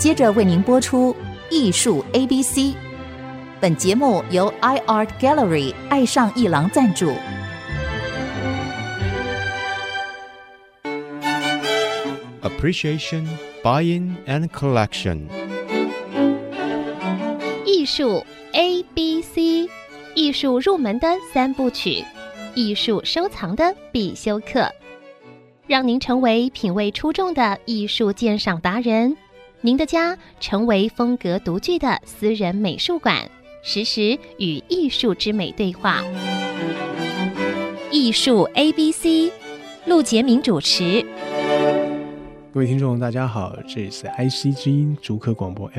接着为您播出艺术 ABC。 本节目由 iArt Gallery 爱上一郎赞助。 Appreciation, Buying and Collection。 艺术 ABC， 艺术入门的三部曲，艺术收藏的必修课，让您成为品味出众的艺术鉴赏达人，您的家成为风格独具的私人美术馆，时时与艺术之美对话。艺术 ABC， 陆杰明主持。 各位听众大家好，这里是 IC 之音竹科广播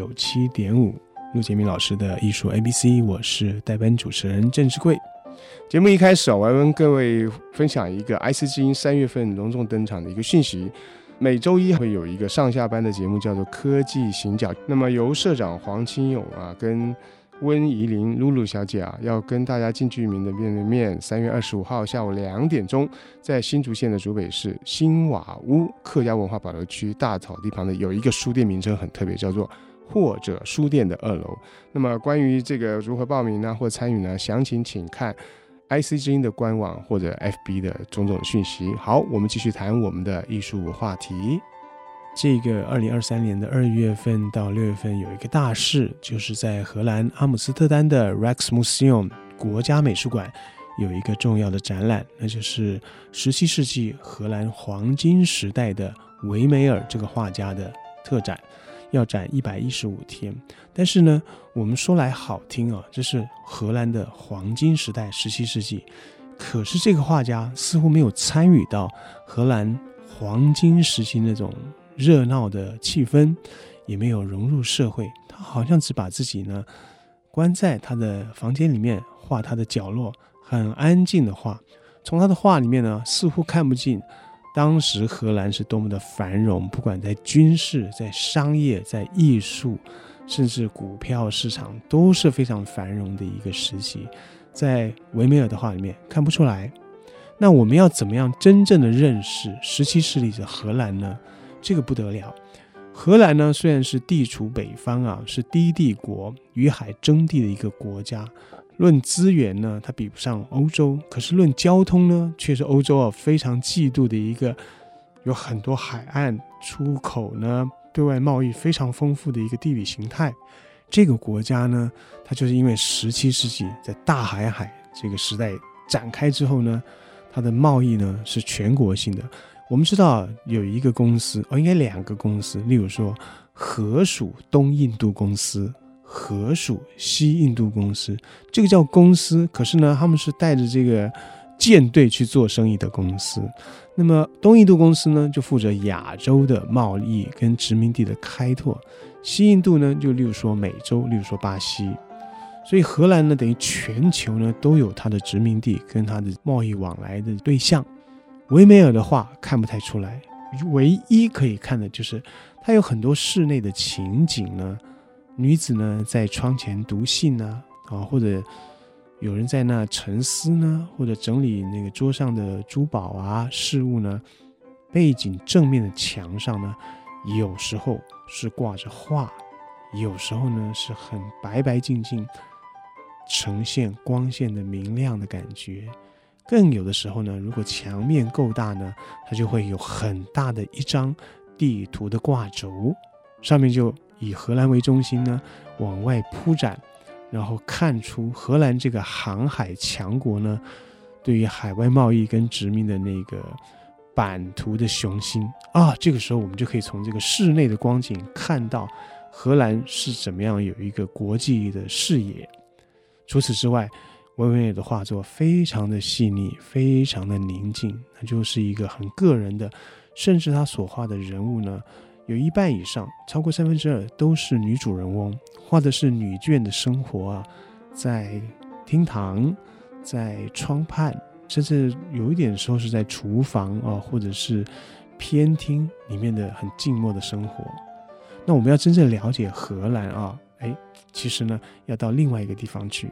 FM97.5， 陆杰明老师的艺术 ABC， 我是代班主持人郑志贵。节目一开始我要跟各位分享一个 IC 之音3月份隆重登场的一个讯息。每周一会有一个上下班的节目叫做科技行脚，那么由社长黄清勇跟温怡玲露露小姐要跟大家近距离的面3月25号下午2点钟，在新竹县的竹北市新瓦屋客家文化保留区大草地旁的有一个书店，名称很特别，叫做或者书店的2楼。那么关于这个如何报名或参与呢，详情请看 IC 之音的官网或者 FB 的种种讯息。好，我们继续谈我们的艺术话题。这个2023年的2月份到6月份有一个大事，就是在荷兰阿姆斯特丹的 Rijksmuseum 国家美术馆有一个重要的展览，那就是17世纪荷兰黄金时代的维梅尔这个画家的特展，要展115天。但是呢，我们说来好听这是荷兰的黄金时代17世纪，可是这个画家似乎没有参与到荷兰黄金时期那种热闹的气氛，也没有融入社会，他好像只把自己呢关在他的房间里面画他的角落，很安静的画。从他的画里面呢，似乎看不进当时荷兰是多么的繁荣，不管在军事、在商业、在艺术，甚至股票市场都是非常繁荣的一个时期，在维梅尔的画里面看不出来。那我们要怎么样真正的认识17世纪的荷兰呢？这个不得了。荷兰呢，虽然是地处北方是低帝国与海争地的一个国家，论资源呢，它比不上欧洲，可是论交通呢，却是欧洲非常嫉妒的一个，有很多海岸，出口呢，对外贸易非常丰富的一个地理形态。这个国家呢，它就是因为17世纪在大海这个时代展开之后呢，它的贸易呢是全国性的。我们知道有一个公司应该2个公司，例如说荷属东印度公司，荷属西印度公司，这个叫公司，可是呢他们是带着这个舰队去做生意的公司。那么东印度公司呢就负责亚洲的贸易跟殖民地的开拓，西印度呢就例如说美洲，例如说巴西。所以荷兰呢等于全球呢都有它的殖民地跟它的贸易往来的对象。维梅尔的画看不太出来，唯一可以看的就是它有很多室内的情景呢，女子呢在窗前读信或者有人在那沉思呢，或者整理那个桌上的珠宝饰物呢。背景正面的墙上呢，有时候是挂着画，有时候呢是很白白净净，呈现光线的明亮的感觉。更有的时候呢，如果墙面够大呢，它就会有很大的一张地图的挂轴，上面就以荷兰为中心呢往外铺展，然后看出荷兰这个航海强国呢对于海外贸易跟殖民的那个版图的雄心这个时候我们就可以从这个室内的光景看到荷兰是怎么样有一个国际的视野。除此之外，维梅尔的画作非常的细腻，非常的宁静，它就是一个很个人的，甚至他所画的人物呢，有一半以上，超过2/3都是女主人翁，画的是女眷的生活在厅堂，在窗畔，甚至有一点时候是在厨房或者是偏厅里面的很静默的生活。那我们要真正了解荷兰其实呢要到另外一个地方去。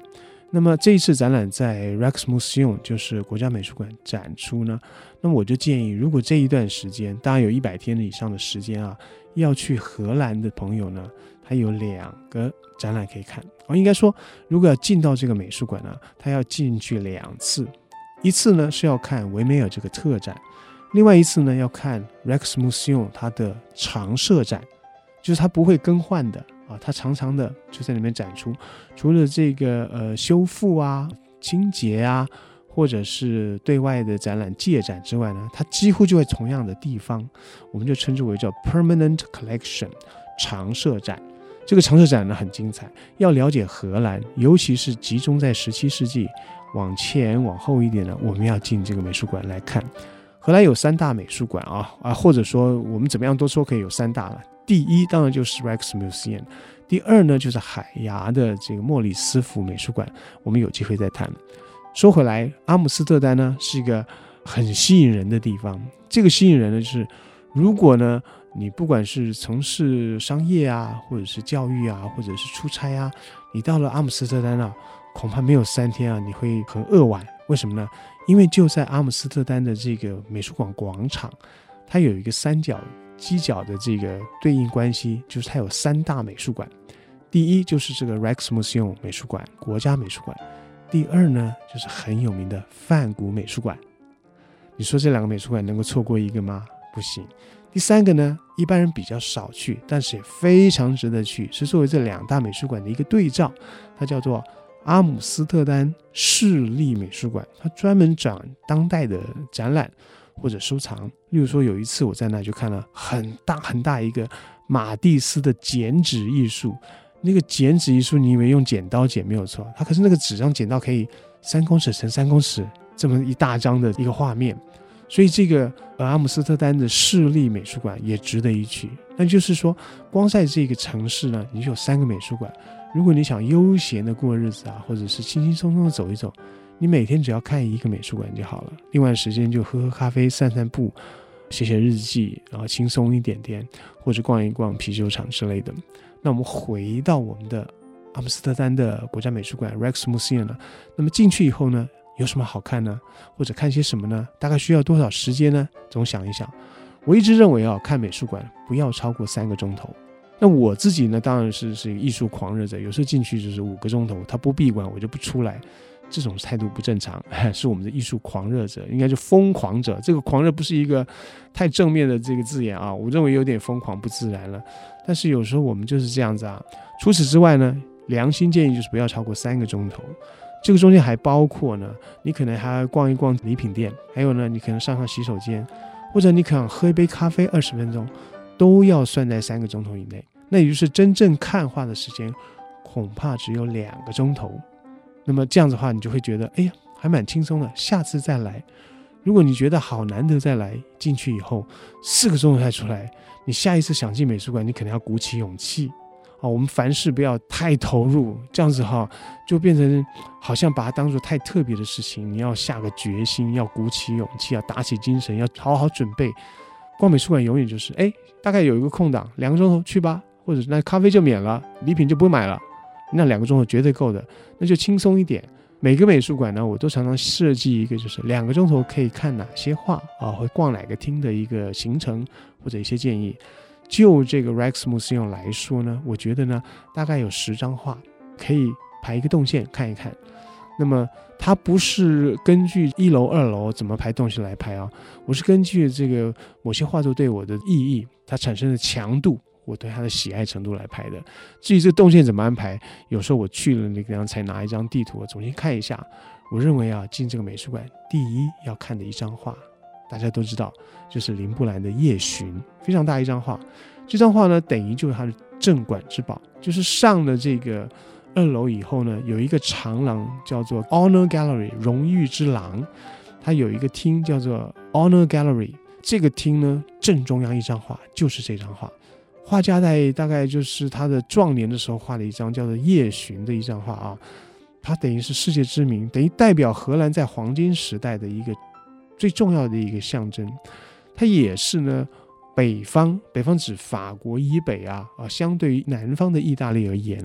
那么这一次展览在 Rijksmuseum 就是国家美术馆展出呢，那么我就建议，如果这一段时间当然有100天以上的时间啊，要去荷兰的朋友呢，他有2个展览可以看。应该说如果要进到这个美术馆呢，他要进去2次，一次呢是要看维梅尔这个特展，另外一次呢要看 Rijksmuseum 它的常设展，就是它不会更换的它常常的就在里面展出，除了这个修复啊、清洁啊，或者是对外的展览借展之外呢，它几乎就在同样的地方，我们就称之为叫 Permanent Collection 常设展。这个常设展呢很精彩，要了解荷兰，尤其是集中在17世纪往前往后一点呢，我们要进这个美术馆来看。荷兰有3大美术馆或者说我们怎么样都说可以有3大了。第一当然就是 Rijksmuseum， 第二呢就是海牙的这个莫里斯福美术馆，我们有机会再谈。说回来，阿姆斯特丹呢是一个很吸引人的地方。这个吸引人呢，就是如果呢你不管是从事商业啊，或者是教育啊，或者是出差啊，你到了阿姆斯特丹啊，恐怕没有3天啊，你会很扼腕。为什么呢？因为就在阿姆斯特丹的这个美术馆广场，它有一个三角犄角的这个对应关系，就是它有3大美术馆。第一就是这个 Rijksmuseum 美术馆，国家美术馆。第二呢就是很有名的梵谷美术馆。你说这2个美术馆能够错过一个吗？不行。第3个呢，一般人比较少去，但是也非常值得去，是作为这2大美术馆的一个对照，它叫做阿姆斯特丹市立美术馆，它专门展当代的展览或者收藏。例如说有一次我在那就看了很大很大一个马蒂斯的剪纸艺术，那个剪纸艺术你以为用剪刀剪没有错，它可是那个纸张剪到可以3公尺乘3公尺这么一大张的一个画面，所以这个阿姆斯特丹的市立美术馆也值得一去。那就是说光在这个城市呢，你就有3个美术馆，如果你想悠闲的过日子啊，或者是轻轻松松的走一走，你每天只要看1个美术馆就好了，另外的时间就喝喝咖啡、散散步、写写日记，然后轻松一点点，或者逛一逛啤酒厂之类的。那我们回到我们的阿姆斯特丹的国家美术馆 Rijksmuseum 呢，那么进去以后呢，有什么好看呢？或者看些什么呢？大概需要多少时间呢？总想一想。我一直认为看美术馆不要超过3个钟头。那我自己呢，当然是一个艺术狂热者，有时候进去就是5个钟头，他不闭馆我就不出来，这种态度不正常，是我们的艺术狂热者，应该就疯狂者。这个狂热不是一个太正面的这个字眼啊，我认为有点疯狂不自然了。但是有时候我们就是这样子啊。除此之外呢，良心建议就是不要超过3个钟头。这个中间还包括呢，你可能还要逛一逛礼品店，还有呢，你可能上洗手间，或者你可能喝一杯咖啡20分钟，都要算在3个钟头以内。那也就是真正看画的时间恐怕只有2个钟头。那么这样子的话，你就会觉得哎呀还蛮轻松的，下次再来。如果你觉得好难得再来，进去以后4个钟头才出来，你下一次想进美术馆，你可能要鼓起勇气。我们凡事不要太投入，这样子就变成好像把它当作太特别的事情，你要下个决心，要鼓起勇气，要打起精神，要好好准备。逛美术馆永远就是大概有一个空档2个钟头去吧，或者那咖啡就免了，礼品就不买了，那2个钟头绝对够的，那就轻松一点。每个美术馆呢，我都常常设计一个就是2个钟头可以看哪些画会逛哪个厅的一个行程或者一些建议。就这个 Rijksmuseum 来说呢，我觉得呢大概有10张画可以排一个动线看一看。那么它不是根据1楼2楼怎么排动线来排我是根据这个某些画作对我的意义，它产生的强度，我对它的喜爱程度来排的。至于这个动线怎么安排，有时候我去了那个地方才拿一张地图我重新看一下。我认为进这个美术馆第一要看的一张画，大家都知道，就是林布兰的《夜巡》，非常大一张画。这张画呢，等于就是它的镇馆之宝。就是上了这个2楼以后呢，有一个长廊叫做 Honor Gallery 荣誉之廊，它有一个厅叫做 Honor Gallery。这个厅呢，正中央一张画就是这张画。画家在大概就是他的壮年的时候画了一张叫做《夜巡》的一张画它等于是世界知名，等于代表荷兰在黄金时代的一个最重要的一个象征。它也是呢北方指法国以北相对于南方的意大利而言北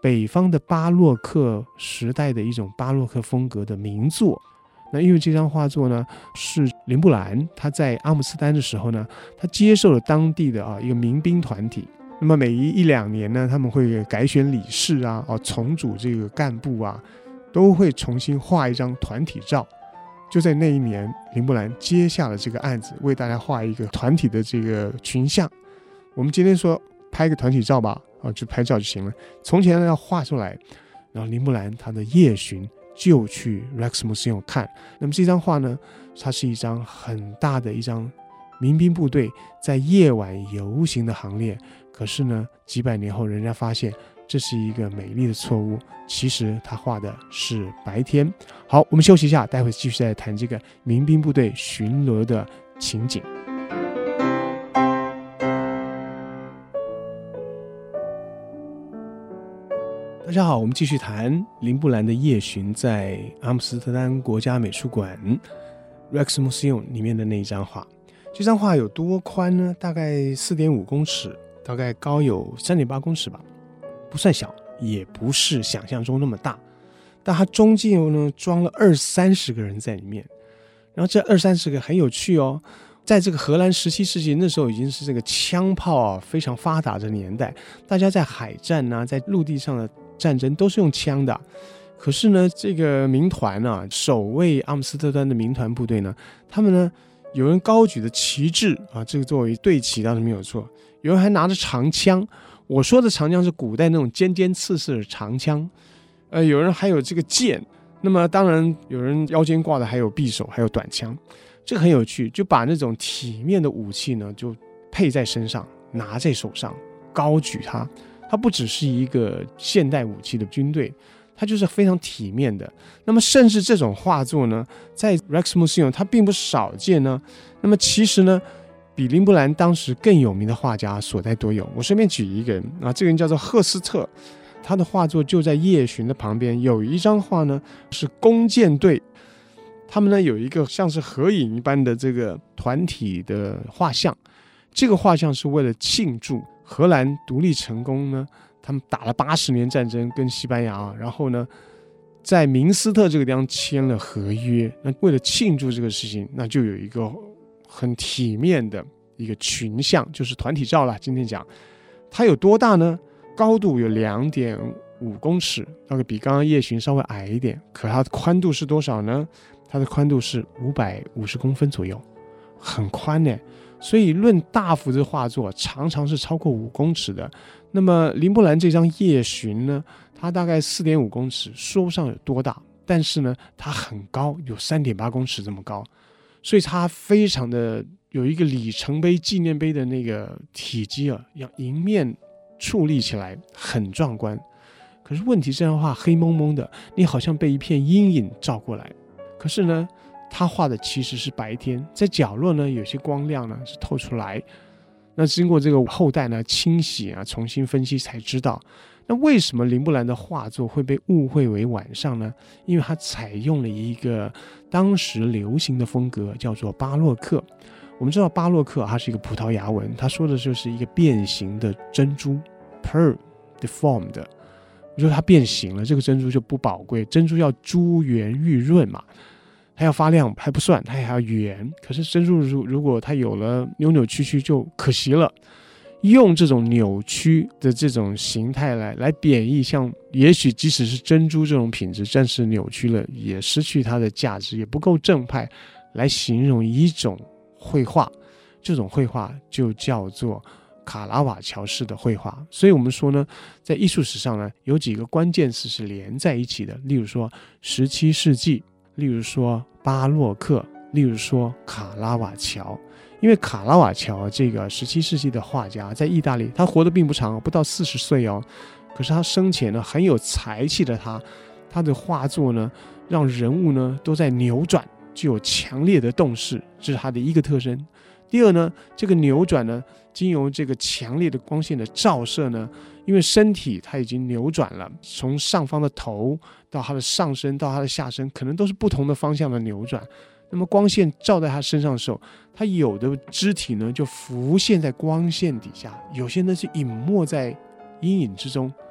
北方的巴洛克时代的一种巴洛克风格的名作。那因为这张画作呢是林布兰他在阿姆斯特丹的时候呢，他接受了当地的一个民兵团体，那么每一两年呢，他们会改选理事啊，重组这个干部啊，都会重新画一张团体照。就在那一年，林布兰接下了这个案子，为大家画一个团体的这个群像。我们今天说拍个团体照吧，就拍照就行了。从前呢要画出来，然后林布兰他的夜巡就去 Rijksmuseum 看。那么这张画呢，它是一张很大的一张民兵部队在夜晚游行的行列。可是呢，几百年后，人家发现这是一个美丽的错误，其实他画的是白天。好，我们休息一下，待会继续再谈这个民兵部队巡逻的情景。大家好，我们继续谈林布兰的夜巡在阿姆斯特丹国家美术馆 Rijksmuseum 里面的那一张画。这张画有多宽呢？大概 4.5 公尺，大概高有 3.8 公尺吧，不算小，也不是想象中那么大。但它中间呢装了20-30个人在里面，然后这20-30个很有趣哦。在这个荷兰17世纪，那时候已经是这个枪炮非常发达的年代，大家在海战啊，在陆地上的战争都是用枪的。可是呢，这个民团啊，守卫阿姆斯特丹的民团部队呢，他们呢有人高举的旗帜啊，这个作为队旗当然没有错，有人还拿着长枪。我说的长枪是古代那种尖尖刺刺的长枪，有人还有这个剑。那么当然有人腰间挂的还有匕首，还有短枪。这个很有趣，就把那种体面的武器呢，就配在身上，拿在手上，高举它。它不只是一个现代武器的军队，它就是非常体面的。那么甚至这种画作呢，在 Rijksmuseum 它并不少见呢。那么其实呢，比林布兰当时更有名的画家所在多有。我顺便举一个人啊，这个人叫做赫斯特，他的画作就在夜巡的旁边。有一张画呢是弓箭队，他们呢有一个像是合影一般的这个团体的画像。这个画像是为了庆祝荷兰独立成功呢，他们打了80年战争跟西班牙，然后呢在明斯特这个地方签了合约。那为了庆祝这个事情，那就有一个很体面的一个群像，就是团体照了。今天讲它有多大呢？高度有 2.5 公尺，大概比刚刚夜巡稍微矮一点。可它的宽度是多少呢？它的宽度是550公分左右，很宽呢。所以论大幅的画作常常是超过5公尺的。那么林布兰这张夜巡呢，它大概 4.5 公尺，说不上有多大，但是呢它很高，有 3.8 公尺这么高，所以它非常的有一个里程碑纪念碑的那个体积啊，要迎面矗立起来，很壮观。可是问题，这张画黑蒙蒙的，你好像被一片阴影照过来。可是呢他画的其实是白天，在角落呢有些光亮呢是透出来。那经过这个后代呢清洗啊，重新分析才知道，那为什么林布兰的画作会被误会为晚上呢？因为他采用了一个当时流行的风格，叫做巴洛克。我们知道巴洛克它是一个葡萄牙文，它说的就是一个变形的珍珠 pearl deformed。你说它变形了，这个珍珠就不宝贵，珍珠要珠圆玉润嘛，它要发亮还不算，它还要圆。可是珍珠如果它有了扭扭曲曲就可惜了。用这种扭曲的这种形态来贬义，像也许即使是珍珠这种品质，但是扭曲了也失去它的价值，也不够正派，来形容一种绘画。这种绘画就叫做卡拉瓦乔式的绘画。所以我们说呢，在艺术史上呢，有几个关键词是连在一起的，例如说17世纪，例如说巴洛克，例如说卡拉瓦乔。因为卡拉瓦乔这个17世纪的画家在意大利，他活得并不长，不到40岁哦。可是他生前呢很有才气的他的画作呢让人物呢都在扭转，具有强烈的动势，这是他的一个特征。第二呢，这个扭转呢经由这个强烈的光线的照射呢，因为身体它已经扭转了，从上方的头到他的上身到他的下身，可能都是不同的方向的扭转。那么光线照在他身上的时候，他有的肢体呢就浮现在光线底下，有些呢是隐没在阴影之中，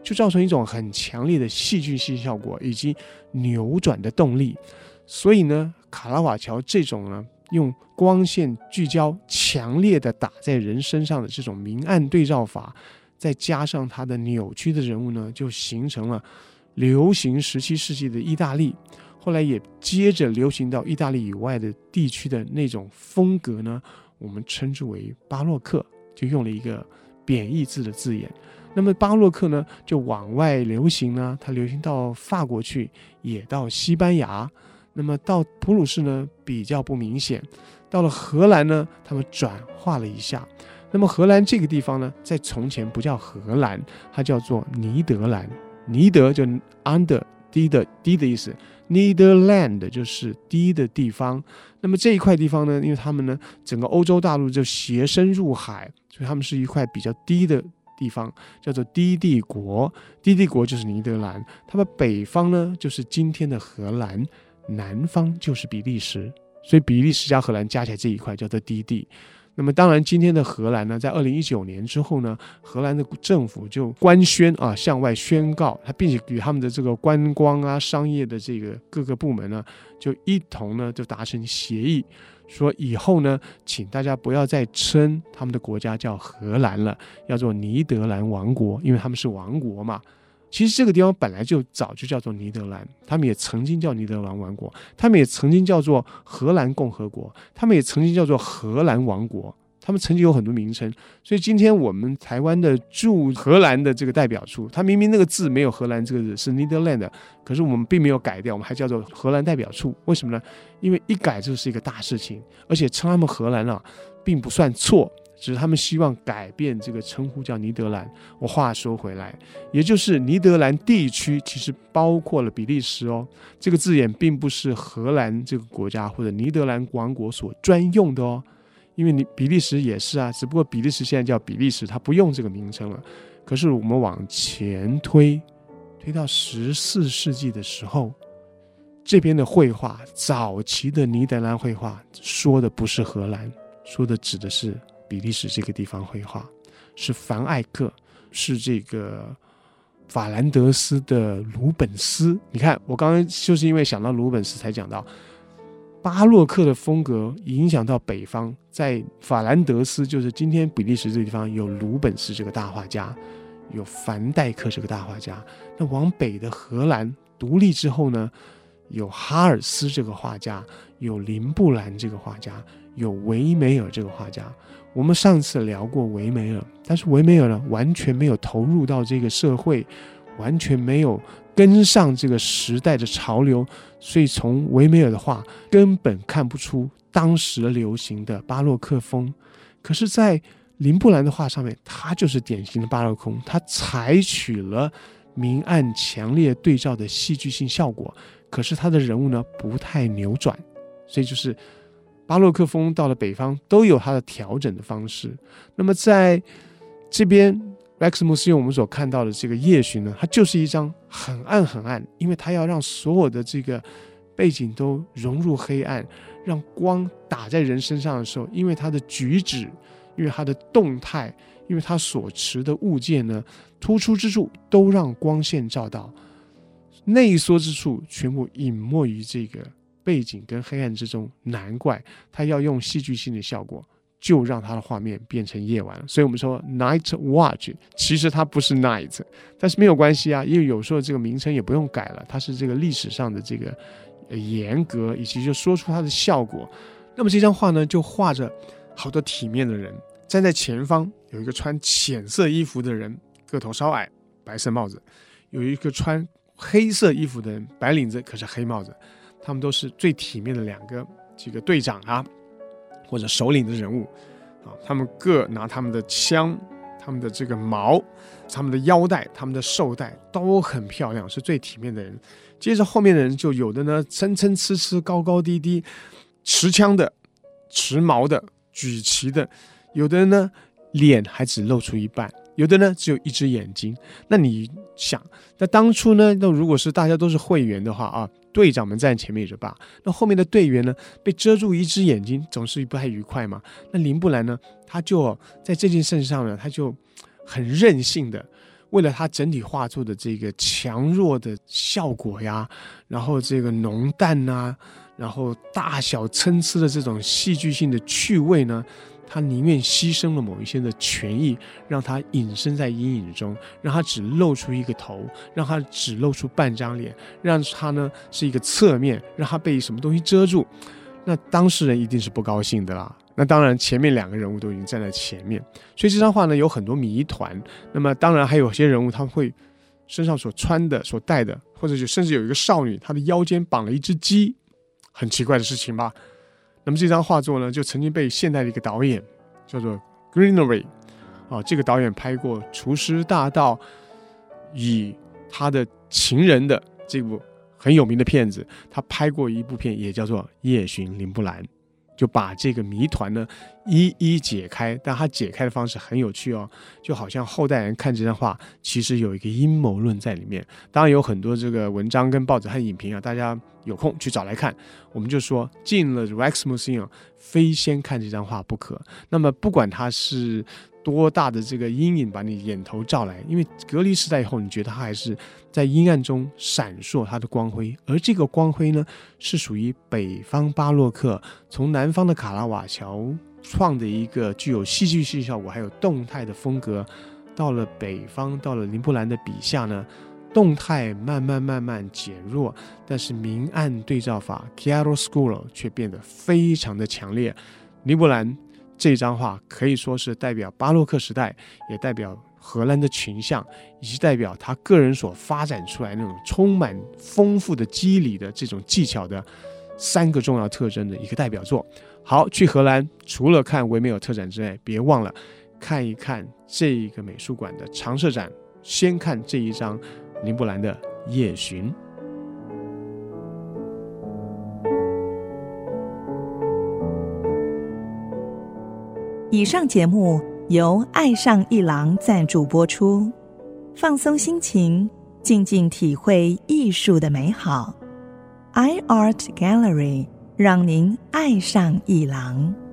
就造成一种很强烈的戏剧性效果以及扭转的动力。所以呢，卡拉瓦乔这种呢用光线聚焦强烈的打在人身上的这种明暗对照法，再加上他的扭曲的人物呢，就形成了流行17世纪的意大利，后来也接着流行到意大利以外的地区的那种风格呢，我们称之为巴洛克，就用了一个贬义字的字眼。那么巴洛克呢就往外流行呢，它流行到法国去，也到西班牙，那么到普鲁士呢比较不明显，到了荷兰呢他们转化了一下。那么荷兰这个地方呢，在从前不叫荷兰，它叫做尼德兰。尼德就 under 低的意思， Netherland 就是低的地方。那么这一块地方呢，因为他们呢整个欧洲大陆就斜伸入海，所以他们是一块比较低的地方，叫做低地国。低地国就是尼德兰，他们北方呢就是今天的荷兰，南方就是比利时，所以比利时加荷兰加起来这一块叫做低地。那么当然今天的荷兰呢，在2019年之后呢，荷兰的政府就官宣向外宣告，他并且与他们的这个观光商业的这个各个部门呢，就一同呢就达成协议，说以后呢，请大家不要再称他们的国家叫荷兰了，要做尼德兰王国，因为他们是王国嘛。其实这个地方本来就早就叫做尼德兰，他们也曾经叫尼德兰王国，他们也曾经叫做荷兰共和国，他们也曾经叫做荷兰王国，他们曾经有很多名称。所以今天我们台湾的驻荷兰的这个代表处，他明明那个字没有荷兰这个字，是 Netherland， 可是我们并没有改掉，我们还叫做荷兰代表处。为什么呢？因为一改这是一个大事情，而且称他们荷兰并不算错，只是他们希望改变这个称呼叫尼德兰。我话说回来，也就是尼德兰地区其实包括了比利时哦，这个字眼并不是荷兰这个国家或者尼德兰王国所专用的哦，因为比利时也是只不过比利时现在叫比利时，它不用这个名称了。可是我们往前推到14世纪的时候，这边的绘画，早期的尼德兰绘画说的不是荷兰，说的指的是比利时这个地方绘画，是凡艾克，是这个法兰德斯的鲁本斯。你看我刚刚就是因为想到鲁本斯才讲到巴洛克的风格影响到北方，在法兰德斯就是今天比利时这个地方有鲁本斯这个大画家，有凡戴克这个大画家。那往北的荷兰独立之后呢，有哈尔斯这个画家，有林布兰这个画家，有维梅尔这个画家。我们上次聊过维梅尔，但是维梅尔呢完全没有投入到这个社会，完全没有跟上这个时代的潮流，所以从维梅尔的画根本看不出当时流行的巴洛克风。可是在林布兰的画上面，他就是典型的巴洛克风，他采取了明暗强烈对照的戏剧性效果，可是他的人物呢不太扭转，所以就是巴洛克风到了北方都有它的调整的方式。那么在这边 Rex Museum 我们所看到的这个夜巡呢，它就是一张很暗很暗，因为它要让所有的这个背景都融入黑暗，让光打在人身上的时候，因为它的举止，因为它的动态，因为它所持的物件呢，突出之处都让光线照到，内缩之处全部隐没于这个背景跟黑暗之中。难怪他要用戏剧性的效果，就让他的画面变成夜晚了。所以我们说 Night Watch 其实它不是 Night， 但是没有关系因为有时候这个名称也不用改了，它是这个历史上的这个严格，以及就说出它的效果。那么这张画呢，就画着好多体面的人，站在前方有一个穿浅色衣服的人，个头稍矮，白色帽子，有一个穿黑色衣服的人，白领子可是黑帽子。他们都是最体面的几个队长或者首领的人物他们各拿他们的枪，他们的这个矛，他们的腰带，他们的绶带都很漂亮，是最体面的人。接着后面的人就有的呢参参差差，高高低低，持枪的，持矛的，举旗的，有的人呢脸还只露出一半，有的呢只有一只眼睛。那你想，那当初呢，那如果是大家都是会员的话队长们站前面也就罢，那后面的队员呢被遮住一只眼睛，总是不太愉快嘛。那林布兰呢，他就在这件事上呢，他就很任性的为了它整体画作的这个强弱的效果呀，然后这个浓淡啊，然后大小参差的这种戏剧性的趣味呢，他宁愿牺牲了某一些的权益，让它隐身在阴影中，让它只露出一个头，让它只露出半张脸，让它呢是一个侧面，让它被什么东西遮住，那当事人一定是不高兴的啦。那当然前面2个人物都已经站在前面，所以这张画呢有很多谜团。那么当然还有些人物他会身上所穿的所带的，或者甚至有一个少女她的腰间绑了一只鸡，很奇怪的事情吧。那么这张画作呢就曾经被现代的一个导演叫做 Greenaway 这个导演拍过《厨师大盗》，以他的情人的这部很有名的片子，他拍过一部片也叫做《夜巡林布兰》，就把这个谜团呢一一解开，但他解开的方式很有趣就好像后代人看这张画其实有一个阴谋论在里面。当然有很多这个文章跟报纸和影评大家有空去找来看。我们就说进了 Rijksmuseum 非先看这张画不可。那么不管它是多大的这个阴影把你眼头照来，因为隔离时代以后你觉得它还是在阴暗中闪烁它的光辉，而这个光辉呢是属于北方巴洛克从南方的卡拉瓦乔创的一个具有戏剧性效果还有动态的风格，到了北方到了林布兰的笔下呢，动态慢慢减弱，但是明暗对照法 chiaroscuro 却变得非常的强烈。林布兰这张画可以说是代表巴洛克时代，也代表荷兰的群像，以及代表他个人所发展出来那种充满丰富的肌理的这种技巧的3个重要特征的一个代表作。好，去荷兰除了看维梅尔特展之外，别忘了看一看这个美术馆的常设展，先看这一张林布兰的夜巡。 以上节目由爱上一郎赞助播出，放松心情，静静体会艺术的美好。iArt Gallery 让您爱上一郎。